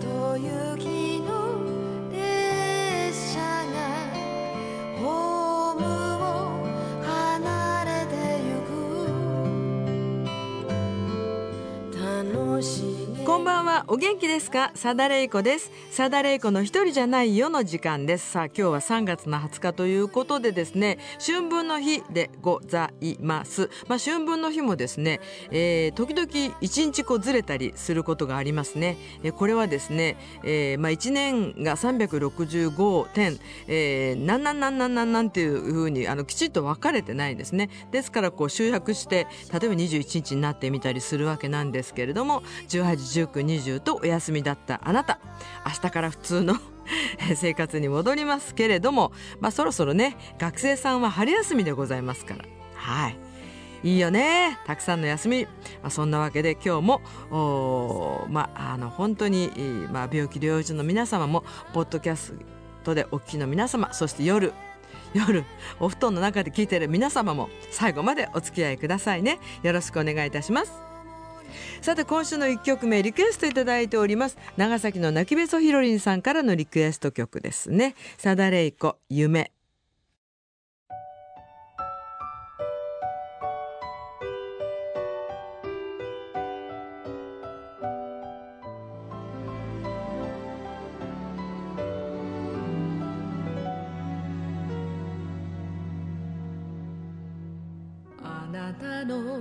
と雪の列車がホームを離れてゆく楽しげ。 こんばんは。お元気ですか？佐田玲子です。佐田玲子の一人じゃないよの時間です。さあ、今日は3月の20日ということでですね、春分の日でございます。春分の日もですね、時々1日ずれたりすることがありますね。これはですね、1年が365点、なんていうふうにきちっと分かれてないんですね。ですから集約して例えば21日になってみたりするわけなんですけれども、18、19、20とお休みだったあなた、明日から普通の生活に戻りますけれども、そろそろね、学生さんは春休みでございますから、はい、いいよね、たくさんの休み。そんなわけで今日も本当に、病気療養中の皆様もポッドキャストでお聞きの皆様、そして夜お布団の中で聞いている皆様も最後までお付き合いくださいね。よろしくお願いいたします。さて、今週の1曲目リクエストいただいております。長崎の泣きべそひろりんさんからのリクエスト曲ですね。佐田玲子、夢。 あなたの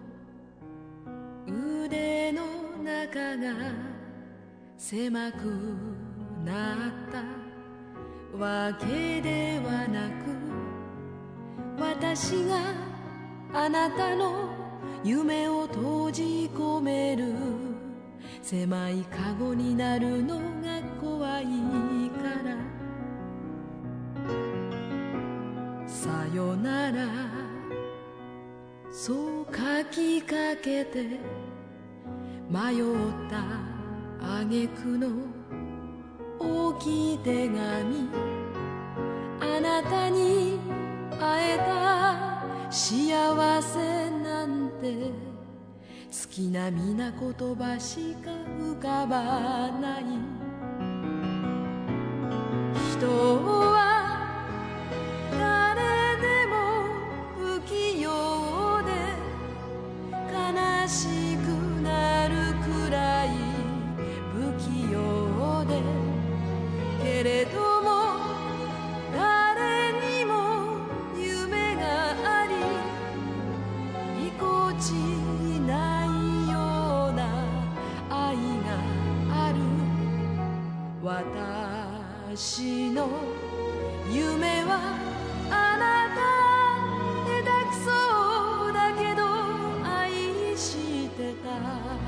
腕の中が狭くなったわけではなく、私があなたの夢を閉じ込める狭いカゴになるのが怖いから、さよならそう書きかけて迷った挙句の大きい手紙、あなたに会えた幸せなんて好きな皆言葉しか浮かばない。人は誰でも不器用で悲しくなるくらい不器用で、けれども誰にも夢がありぎこちないような愛がある。私の夢はあなた下手くそだけど愛してた。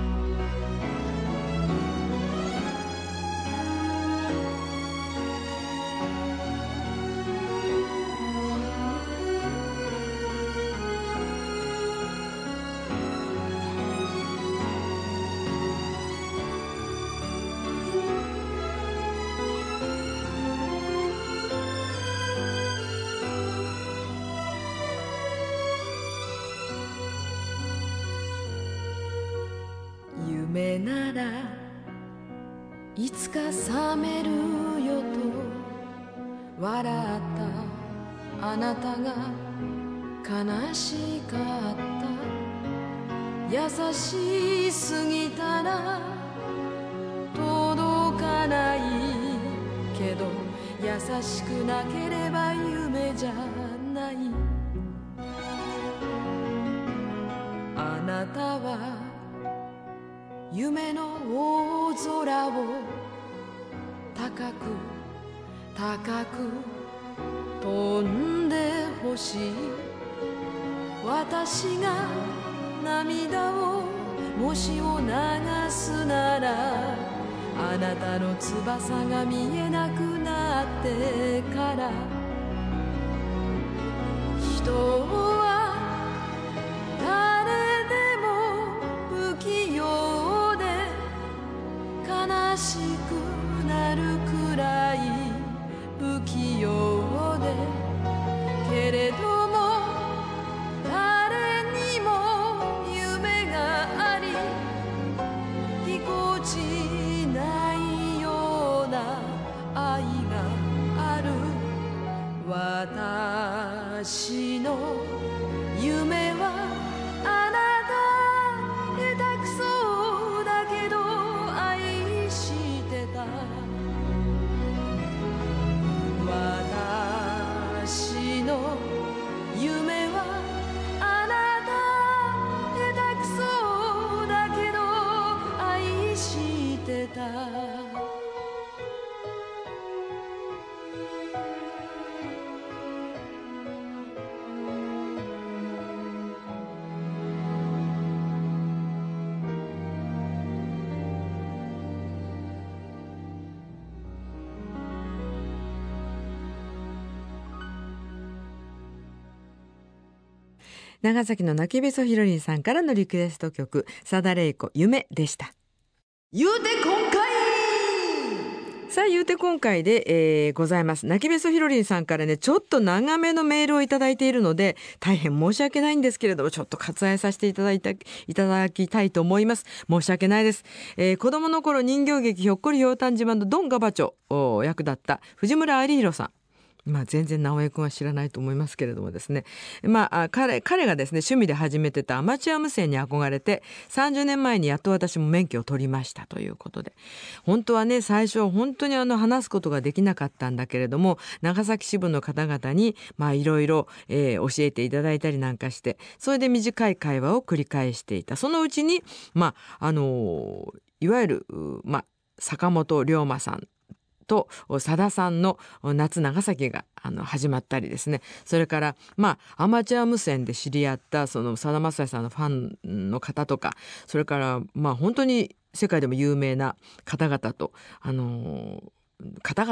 夢ならいつか覚めるよと笑ったあなたが悲しかった。優しすぎたら届かないけど、優しくなければ夢じゃない。あなたは夢の大空を高く高く飛んでほしい。私が涙をもしを流すなら、あなたの翼が見えなくなってから。人は誰でも不器用で悲しくなるくらい不器用で、けれども誰にも夢がありぎこちない長崎の泣きべそひろりんさんからのリクエスト曲、佐田玲子夢でした。 言うて今回さあ言うて今回で、ございます。泣きべそひろりんさんからね、ちょっと長めのメールをいただいているので大変申し訳ないんですけれども、ちょっと割愛させていただきたいと思います。申し訳ないです。子供の頃人形劇ひょっこりひょうたん自慢のドンガバチョ役だった藤村有弘さん、全然直江くんは知らないと思いますけれどもですね、彼がですね趣味で始めてたアマチュア無線に憧れて30年前にやっと私も免許を取りましたということで、本当はね最初は本当に話すことができなかったんだけれども、長崎支部の方々にいろいろ教えていただいたりなんかして、それで短い会話を繰り返していた。そのうちにいわゆる坂本龍馬さんと佐田さんの夏長崎が始まったりですね、それからアマチュア無線で知り合ったそのさだまさしさんのファンの方とか、それから本当に世界でも有名な方々と方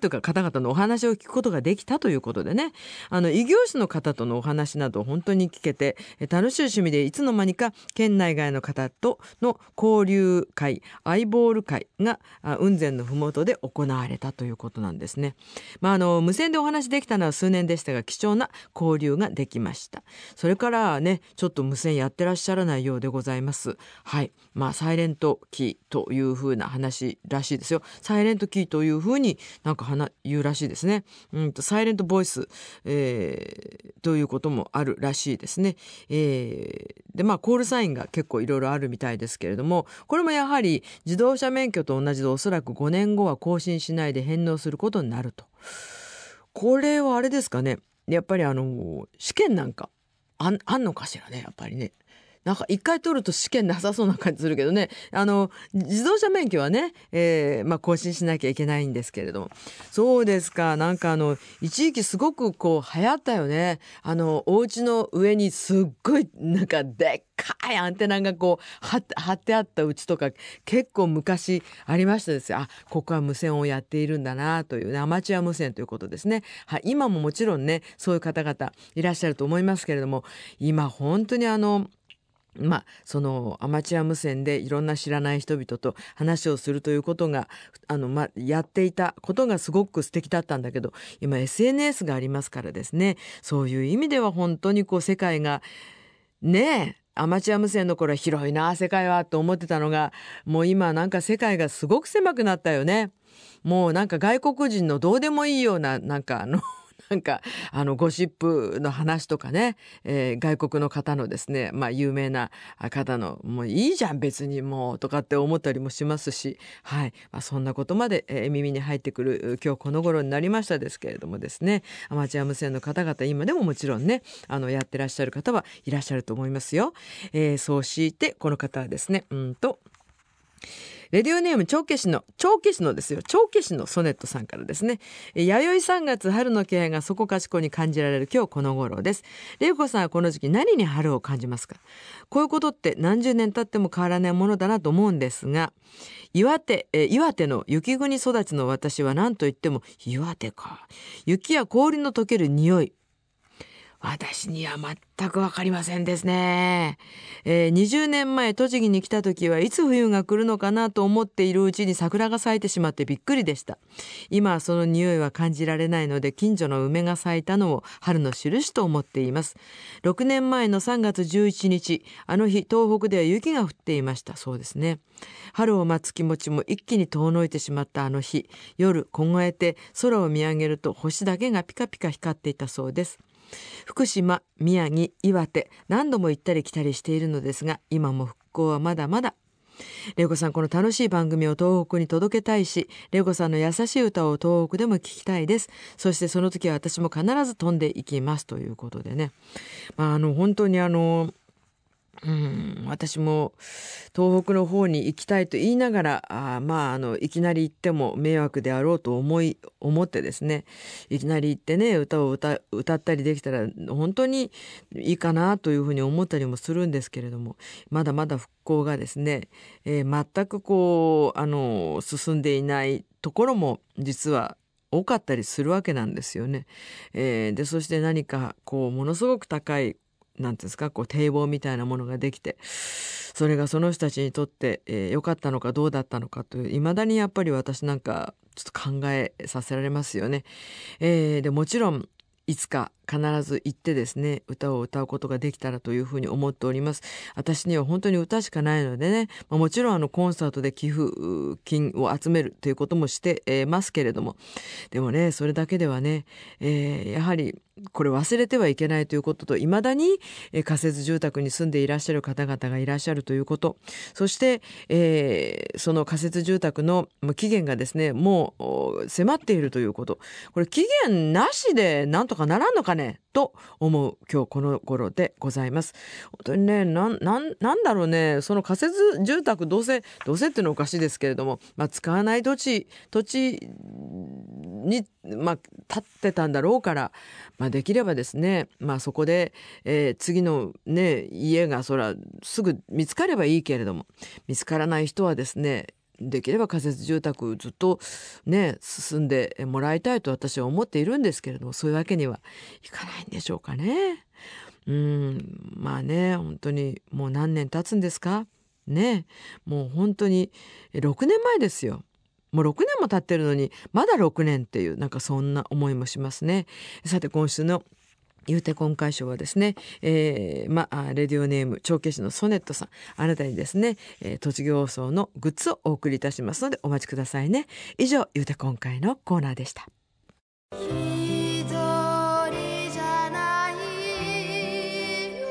々のお話を聞くことができたということでね、異業種の方とのお話など本当に聞けて楽しい趣味で、いつの間にか県内外の方との交流会、アイボール会が雲仙のふもとで行われたということなんですね。無線でお話できたのは数年でしたが、貴重な交流ができました。それからね、ちょっと無線やってらっしゃらないようでございます。はい、サイレントキーというふうな話らしいですよ。サイレントキーというふうに言うらしいですね。サイレントボイス、ということもあるらしいですね。でコールサインが結構いろいろあるみたいですけれども、これもやはり自動車免許と同じでおそらく5年後は更新しないで返納することになると。これはあれですかね、やっぱり試験なんかあんのかしらね。やっぱりね、一回取ると試験なさそうな感じするけどね。自動車免許はね、更新しなきゃいけないんですけれども。そうですか。一時期すごく流行ったよね。お家の上にすっごいでっかいアンテナが張ってあったうちとか結構昔ありましたですよ。ここは無線をやっているんだなというね、アマチュア無線ということですね。今ももちろんね、そういう方々いらっしゃると思いますけれども、今本当にそのアマチュア無線でいろんな知らない人々と話をするということがやっていたことがすごく素敵だったんだけど、今 SNS がありますからですね、そういう意味では本当に世界がね、アマチュア無線の頃は広いな世界はと思ってたのが、もう今世界がすごく狭くなったよね。もう外国人のどうでもいいようなゴシップの話とかね、外国の方のですね、有名な方のもういいじゃん別にもうとかって思ったりもしますし、はい、そんなことまで、耳に入ってくる今日この頃になりましたですけれどもですね、アマチュア無線の方々今でももちろんねやってらっしゃる方はいらっしゃると思いますよ。そうしてこの方はですね、レディオネーム帳消しのですよ。帳消しのソネットさんからですね。弥生3月春の気配がそこかしこに感じられる今日この頃です。玲子さんはこの時期何に春を感じますか？こういうことって何十年経っても変わらないものだなと思うんですが、岩手の雪国育ちの私は何と言っても岩手か。雪や氷の溶ける匂い。私には全くわかりませんですね。20年前栃木に来た時はいつ冬が来るのかなと思っているうちに桜が咲いてしまってびっくりでした。今はその匂いは感じられないので、近所の梅が咲いたのを春の印と思っています。6年前の3月11日、あの日東北では雪が降っていました。そうですね。春を待つ気持ちも一気に遠のいてしまったあの日、夜凍えて空を見上げると星だけがピカピカ光っていたそうです。福島、宮城、岩手、何度も行ったり来たりしているのですが、今も復興はまだまだ。玲子さん、この楽しい番組を東北に届けたいし、玲子さんの優しい歌を東北でも聞きたいです。そしてその時は私も必ず飛んでいきますということでね。本当に私も東北の方に行きたいと言いながらいきなり行っても迷惑であろうと思ってですね、いきなり行ってね歌を歌ったりできたら本当にいいかなというふうに思ったりもするんですけれども、まだまだ復興がですね、全く進んでいないところも実は多かったりするわけなんですよね。でそして何かものすごく高いなんていうんですか、こう堤防みたいなものができて、それがその人たちにとって、良かったのかどうだったのかという、未だにやっぱり私なんかちょっと考えさせられますよね。でもちろんいつか必ず行ってですね、歌を歌うことができたらというふうに思っております。私には本当に歌しかないのでね、もちろんコンサートで寄付金を集めるということもして、ますけれども、でもね、それだけではね、やはりこれ忘れてはいけないということと、未だに、仮設住宅に住んでいらっしゃる方々がいらっしゃるということ、そして、その仮設住宅の期限がですね、もう迫っているということ、これ期限なしでなんとかならんのかねと思う今日この頃でございます。本当にね、なんだろうね、その仮設住宅、どうせっていうのはおかしいですけれども、使わない土地に、建ってたんだろうから、できればですね、そこで、次のね、家がそらすぐ見つかればいいけれども、見つからない人はですね、できれば仮設住宅ずっとね進んでもらいたいと私は思っているんですけれども、そういうわけにはいかないんでしょうかね。本当にもう何年経つんですかね。もう本当に6年前ですよ。もう6年も経ってるのにまだ6年っていう、なんかそんな思いもしますね。さて、今週の言うて今回賞はですね、レディオネーム帳消しのソネットさん、あなたにですね、栃木放送のグッズをお送りいたしますのでお待ちくださいね。以上、言うて今回のコーナーでした。 一人じゃないよ、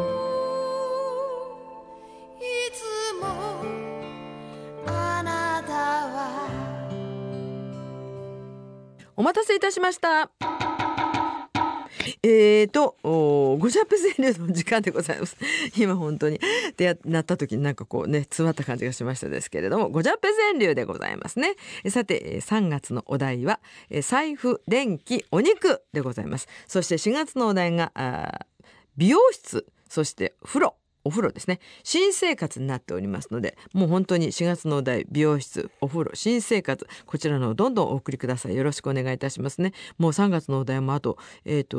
いつもあなたは。 お待たせいたしました。ごじゃペ川柳の時間でございます。今本当にでなった時になんかこうね、詰まった感じがしましたですけれども、ごじゃペ川柳でございますね。さて、3月のお題は財布、電気、お肉でございます。そして4月のお題が美容室、そしてお風呂ですね。新生活になっておりますので、もう本当に4月のお題、美容室、お風呂、新生活、こちらのをどんどんお送りください。よろしくお願いいたしますね。もう3月のお題もあと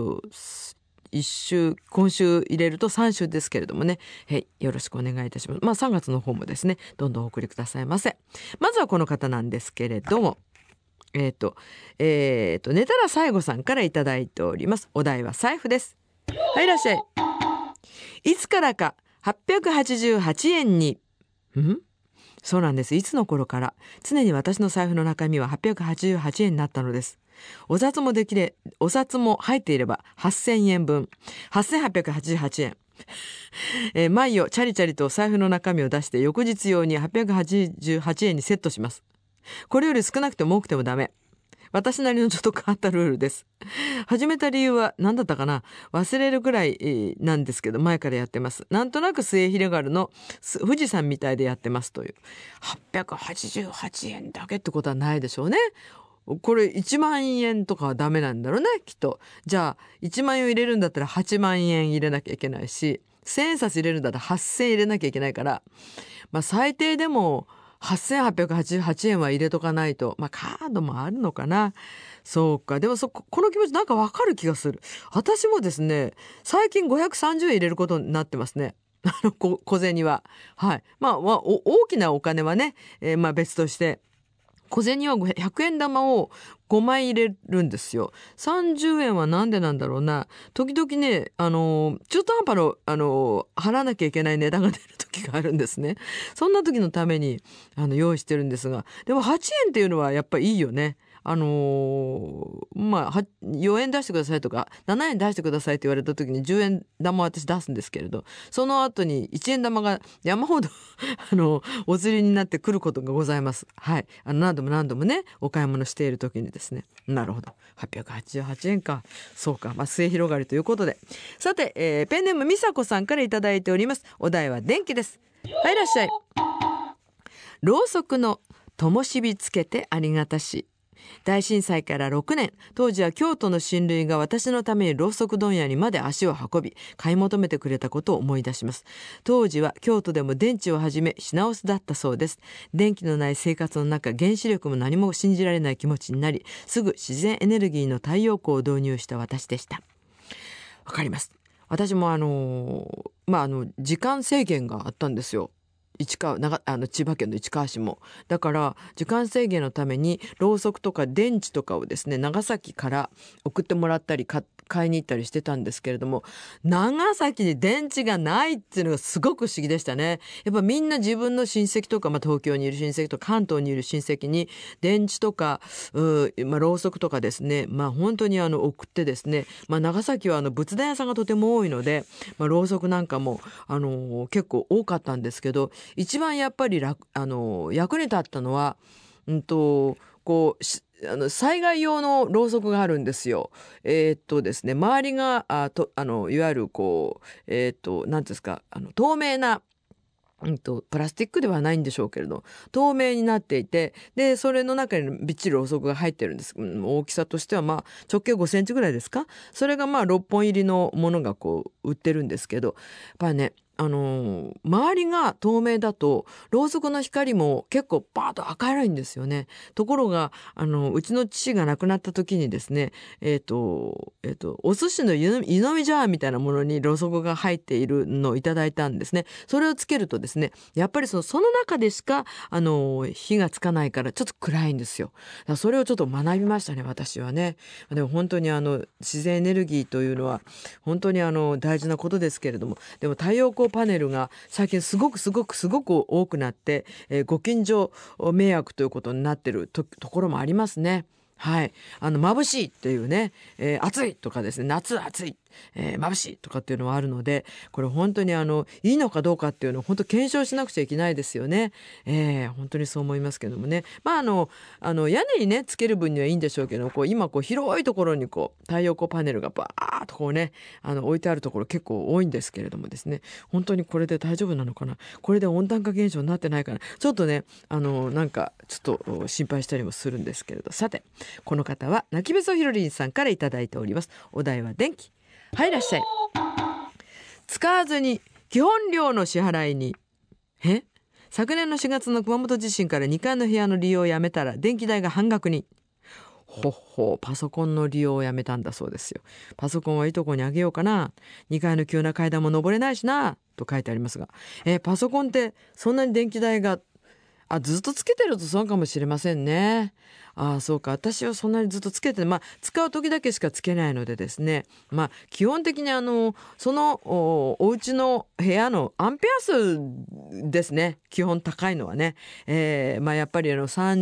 1週、今週入れると3週ですけれどもね、よろしくお願いいたします。3月の方もですね、どんどんお送りくださいませ。まずはこの方なんですけれども、寝たら最後さんからいただいております。お題は財布です。はい、いらっしゃい。いつからか888円に。そうなんです。いつの頃から常に私の財布の中身は888円になったのです。お札も入っていれば8000円分、8888円。毎夜チャリチャリと財布の中身を出して翌日用に888円にセットします。これより少なくても多くてもダメ。私なりのちょっと変わったルールです。始めた理由は何だったかな、忘れるくらいなんですけど、前からやってます。なんとなく末広がるの富士山みたいでやってますという。888円だけってことはないでしょうね。これ1万円とかはダメなんだろうね、きっと。じゃあ1万円を入れるんだったら8万円入れなきゃいけないし、1000円札入れるんだったら8000円入れなきゃいけないから、最低でも8888円は入れとかないと。カードもあるのかな。そうか。でもこの気持ちなんかわかる気がする。私もですね、最近530円入れることになってますね。小銭は。はい。大きなお金はね、別として、小銭は100円玉を5枚入れるんですよ。30円はなんでなんだろうな。時々ね、中途半端の、払わなきゃいけない値段が出る時があるんですね。そんな時のために、用意してるんですが。でも8円っていうのはやっぱりいいよね。4円出してくださいとか7円出してくださいって言われた時に10円玉を私出すんですけれど、その後に1円玉が山ほどお釣りになってくることがございます。はい。何度もね、お買い物している時にですね。なるほど。888円か。そうか。末広がりということで。さて、ペンネームみさこさんからいただいております。お題は電気です。はい、いらっしゃい。ろうそくの灯火つけてありがたし。大震災から6年、当時は京都の親類が私のためにろうそく問屋にまで足を運び、買い求めてくれたことを思い出します。当時は京都でも電池をはじめ品薄だったそうです。電気のない生活の中、原子力も何も信じられない気持ちになり、すぐ自然エネルギーの太陽光を導入した私でした。わかります。 私も時間制限があったんですよ。千葉県の市川市も。だから時間制限のためにろうそくとか電池とかをですね、長崎から送ってもらったり買いに行ったりしてたんですけれども、長崎に電池がないっていうのがすごく不思議でしたね。やっぱみんな自分の親戚とか、東京にいる親戚とか関東にいる親戚に電池とかろうそくとかですね、本当に送ってですね、長崎は仏壇屋さんがとても多いので、ろうそくなんかも結構多かったんですけど、一番やっぱり役に立ったのは災害用のろうそくがあるんですよ。ですね、周りがいわゆる何ていうんですか、透明なプラスチックではないんでしょうけれど透明になっていて、でそれの中にびっちりろうそくが入ってるんです。大きさとしては直径5センチぐらいですか。それが6本入りのものが売ってるんですけど、やっぱりね、周りが透明だとろうそくの光も結構バーッと明るいんですよね。ところがうちの父が亡くなった時にですね、お寿司の湯飲み茶碗みたいなものにろうそくが入っているのをいただいたんですね。それをつけるとですね、やっぱりその中でしか火がつかないからちょっと暗いんですよ。だからそれをちょっと学びましたね、私はね。でも本当に自然エネルギーというのは本当に大事なことですけれども、でも太陽光パネルが最近すごく多くなって、ご近所迷惑ということになってるところもありますね。はい、眩しいっていうね、暑いとかですね、夏暑い、眩しいとかっていうのはあるので、これ本当にいいのかどうかっていうのを本当検証しなくちゃいけないですよね。本当にそう思いますけどもね。屋根にねつける分にはいいんでしょうけど、今広いところに太陽光パネルがバーッとね置いてあるところ結構多いんですけれどもですね、本当にこれで大丈夫なのかな、これで温暖化現象になってないかな、ちょっとねなんかちょっと心配したりもするんですけれど、さてこの方は泣きべそひろりんさんからいただいております。お題は電気。はい、いらっしゃい。使わずに基本料の支払いに。昨年の4月の熊本地震から2階の部屋の利用をやめたら電気代が半額に。パソコンの利用をやめたんだそうですよ。パソコンはいとこにあげようかな、2階の急な階段も登れないしなと書いてありますが、パソコンってそんなに電気代がずっとつけてるとそうかもしれませんね。そうか、私はそんなにずっとつけて、使う時だけしかつけないのでですね、基本的にそのお家の部屋のアンペア数ですね、基本高いのはね。やっぱり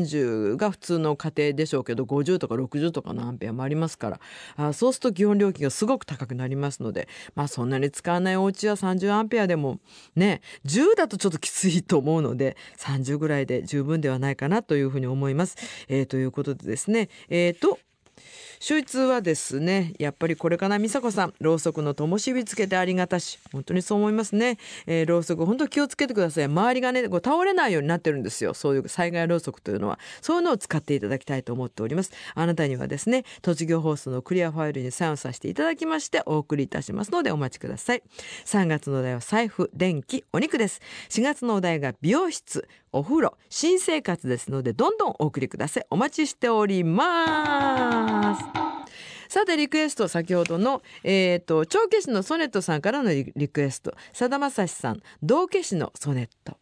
30が普通の家庭でしょうけど、50とか60とかのアンペアもありますから、そうすると基本料金がすごく高くなりますので、そんなに使わないお家は30アンペアでもね、10だとちょっときついと思うので30ぐらいで十分ではないかなというふうに思います。ということでですね、秀逸はですね、やっぱりこれかな、美佐子さん、ろうそくの灯火つけてありがたし、本当にそう思いますね。ろうそく本当気をつけてください。周りがね倒れないようになってるんですよ。そういう災害ろうそくというのは、そういうのを使っていただきたいと思っております。あなたにはですね、栃木放送のクリアファイルにサインさせていただきましてお送りいたしますのでお待ちください。3月のお題は財布、電気、お肉です。4月のお題が美容室、お風呂、新生活ですので、どんどんお送りください。お待ちしております。さてリクエスト、先ほどの、帳消しのソネットさんからのリクエスト、さだまさしさん、道消しのソネット。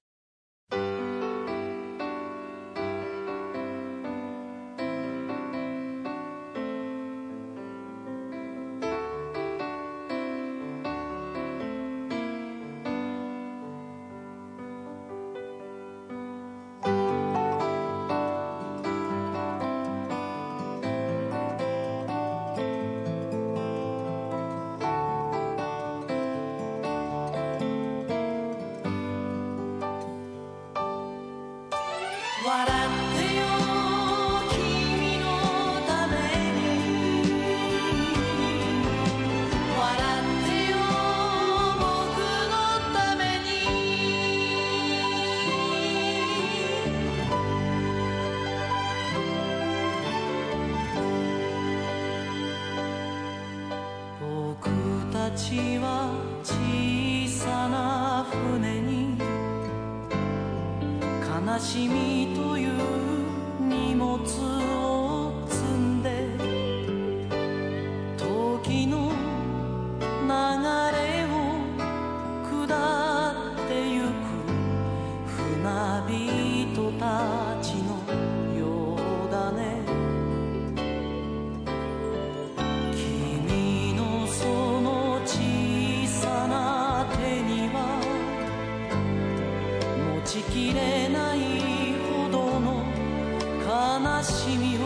私は小さな船に悲しみという荷物を積んで時の流しみを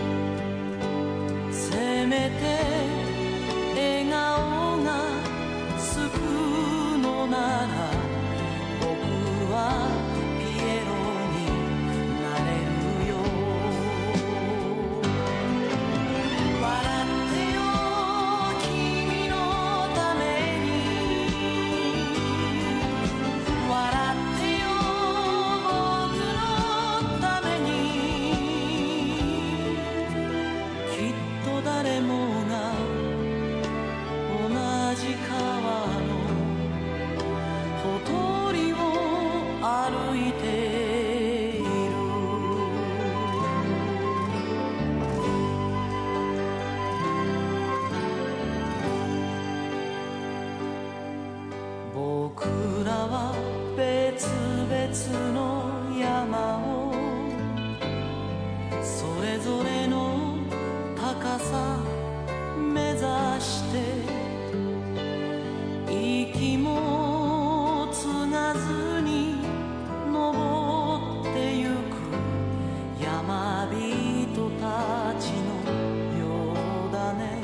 せめて笑顔が救うのなら僕はピエロになれるよ笑ってよ君のために笑ってよ僕のためにきっと誰もが同じ川のほとりを歩いている僕らは別々の山をそれぞれの高さ目指して息も継がずに登ってゆく山人たちのようだね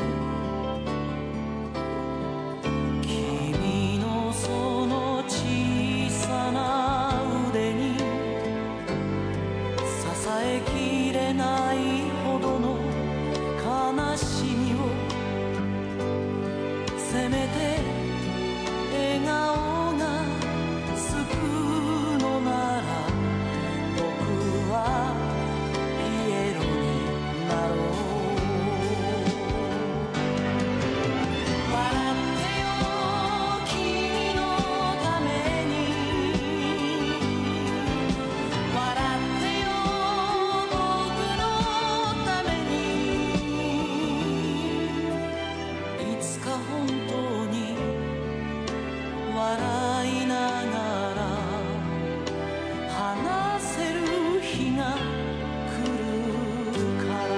君のその小さな腕に支えきれないほどの悲しみをせめて笑顔が救うのなら僕はピエロになろう笑ってよ君のために笑ってよ僕のためにいつか本当に笑いながら話せる日が来るから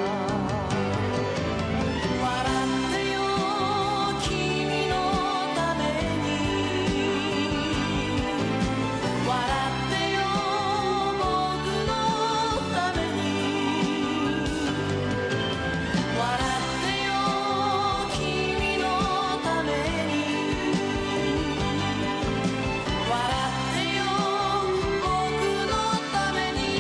笑ってよ君のために笑ってよ僕のために笑ってよ君のために笑ってよ僕のために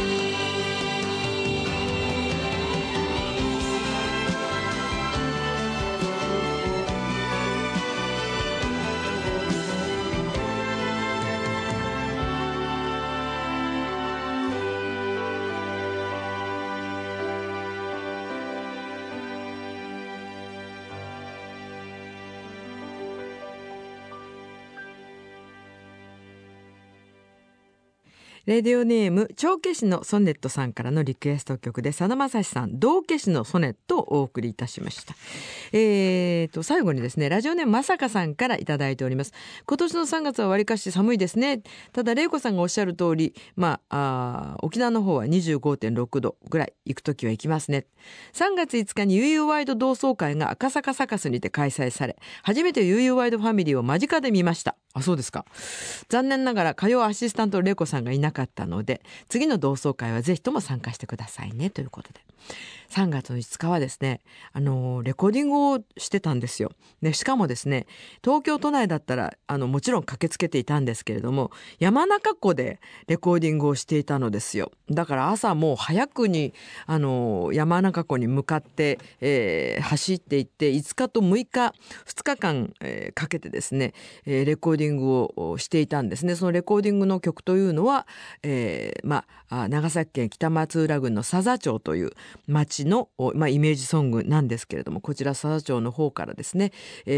レディオネーム帳消しのソネットさんからのリクエスト曲でさだまさしさん道消しのソネットをお送りいたしました。最後にですねラジオネームまさかさんからいただいております。今年の3月はわりかし寒いですね。ただ玲子さんがおっしゃる通り沖縄の方は 25.6 度ぐらい行くときは行きますね。3月5日に悠々ワイド同窓会が赤坂サカスにて開催され初めて悠々ワイドファミリーを間近で見ました。あ、そうですか。残念ながら火曜アシスタント玲子さんがいなかったので次の同窓会はぜひとも参加してくださいねということで3月の5日はですねレコーディングをしてたんですよ。でしかもですね東京都内だったらもちろん駆けつけていたんですけれども山中湖でレコーディングをしていたのですよ。だから朝もう早くに山中湖に向かって、走っていって5日と6日2日間、かけてですね、レコーディングをしていたんですね。そのレコーディングの曲というのは、長崎県北松浦郡の佐々町という町の、イメージソングなんですけれどもこちら佐々町の方からですね、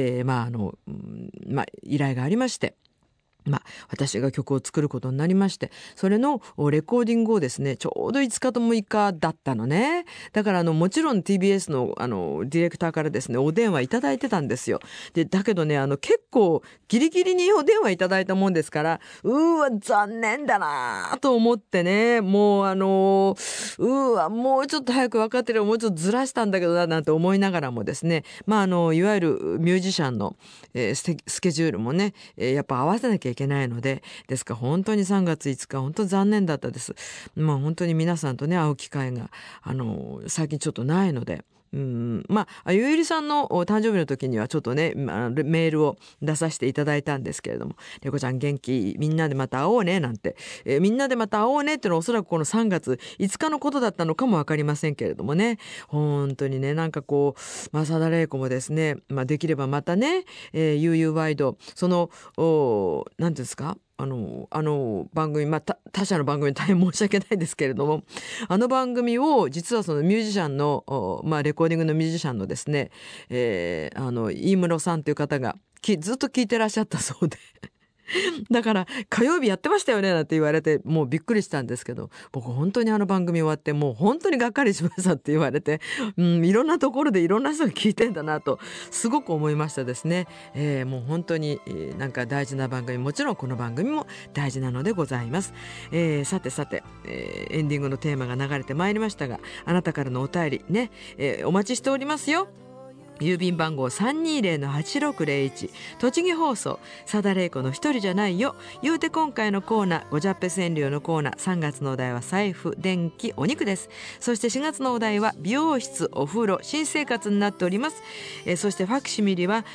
依頼がありまして私が曲を作ることになりましてそれのレコーディングをですねちょうど5日と6日だったのね。だからもちろん TBS のディレクターからですねお電話いただいてたんですよ。でだけどね結構ギリギリにお電話いただいたもんですから残念だなと思ってねもうもうちょっと早く分かってればもうちょっとずらしたんだけどななんて思いながらもですねいわゆるミュージシャンのスケジュールもねやっぱ合わせなきゃいいけないので、ですから本当に3月5日本当残念だったです。本当に皆さんとね会う機会が最近ちょっとないので、ゆいりさんの誕生日の時にはちょっとね、メールを出させていただいたんですけれども、玲子ちゃん元気、みんなでまた会おうねなんて、みんなでまた会おうねっていうのはおそらくこの3月5日のことだったのかもわかりませんけれどもね、本当にね、なんかこう佐田玲子もですね、できればまたね、悠々ワイド、その何ていうんですか、番組、他社の番組大変申し訳ないですけれども、番組を実はそのミュージシャンの、レコーディングのミュージシャンのですね、飯室さんという方がずっと聞いてらっしゃったそうでだから火曜日やってましたよねなんて言われて、もうびっくりしたんですけど、僕本当に番組終わってもう本当にがっかりしましたって言われて、いろんなところでいろんな人が聞いてんだなとすごく思いましたですね。もう本当に、なんか大事な番組、もちろんこの番組も大事なのでございます。さて、エンディングのテーマが流れてまいりましたが、あなたからのお便りね、お待ちしておりますよ。郵便番号 320-8601 栃木放送佐田玲子の一人じゃないよ。言うて今回のコーナーごじゃっぺ川柳のコーナー、3月のお題は財布、電気、お肉です。そして4月のお題は美容室、お風呂、新生活になっております。そしてファクシミリは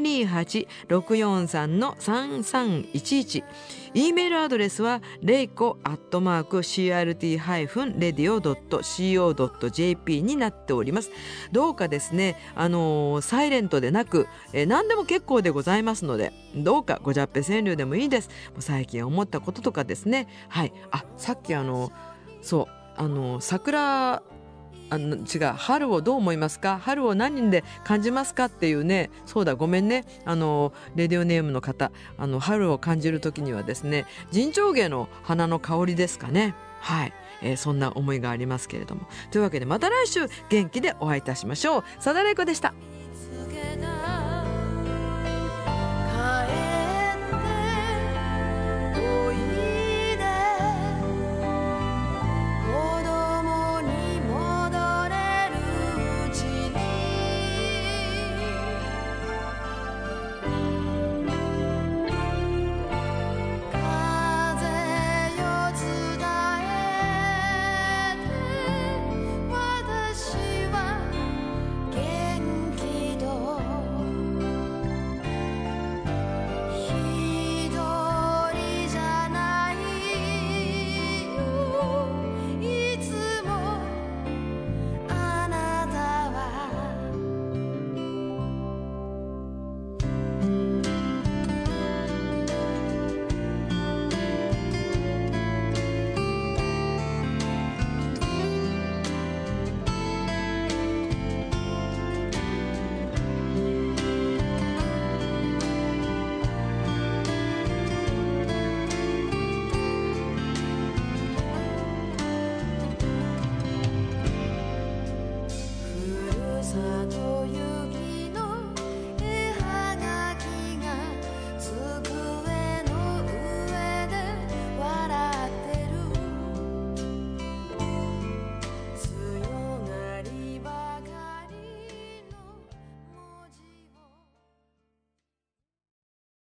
028-643-3311、 E メールアドレスはreiko@crt-radio.co.jp になっております。どうかですね、サイレントでなく、何でも結構でございますので、どうかごじゃっぺ川柳でもいいです。もう最近思ったこととかですね。はい。さっき桜、春をどう思いますか、春を何人で感じますかっていうね、そうだ、ごめんね、レディオネームの方、春を感じる時にはですね、陣長芸の花の香りですかね。はい、そんな思いがありますけれども、というわけでまた来週元気でお会いいたしましょう。佐田玲子でした。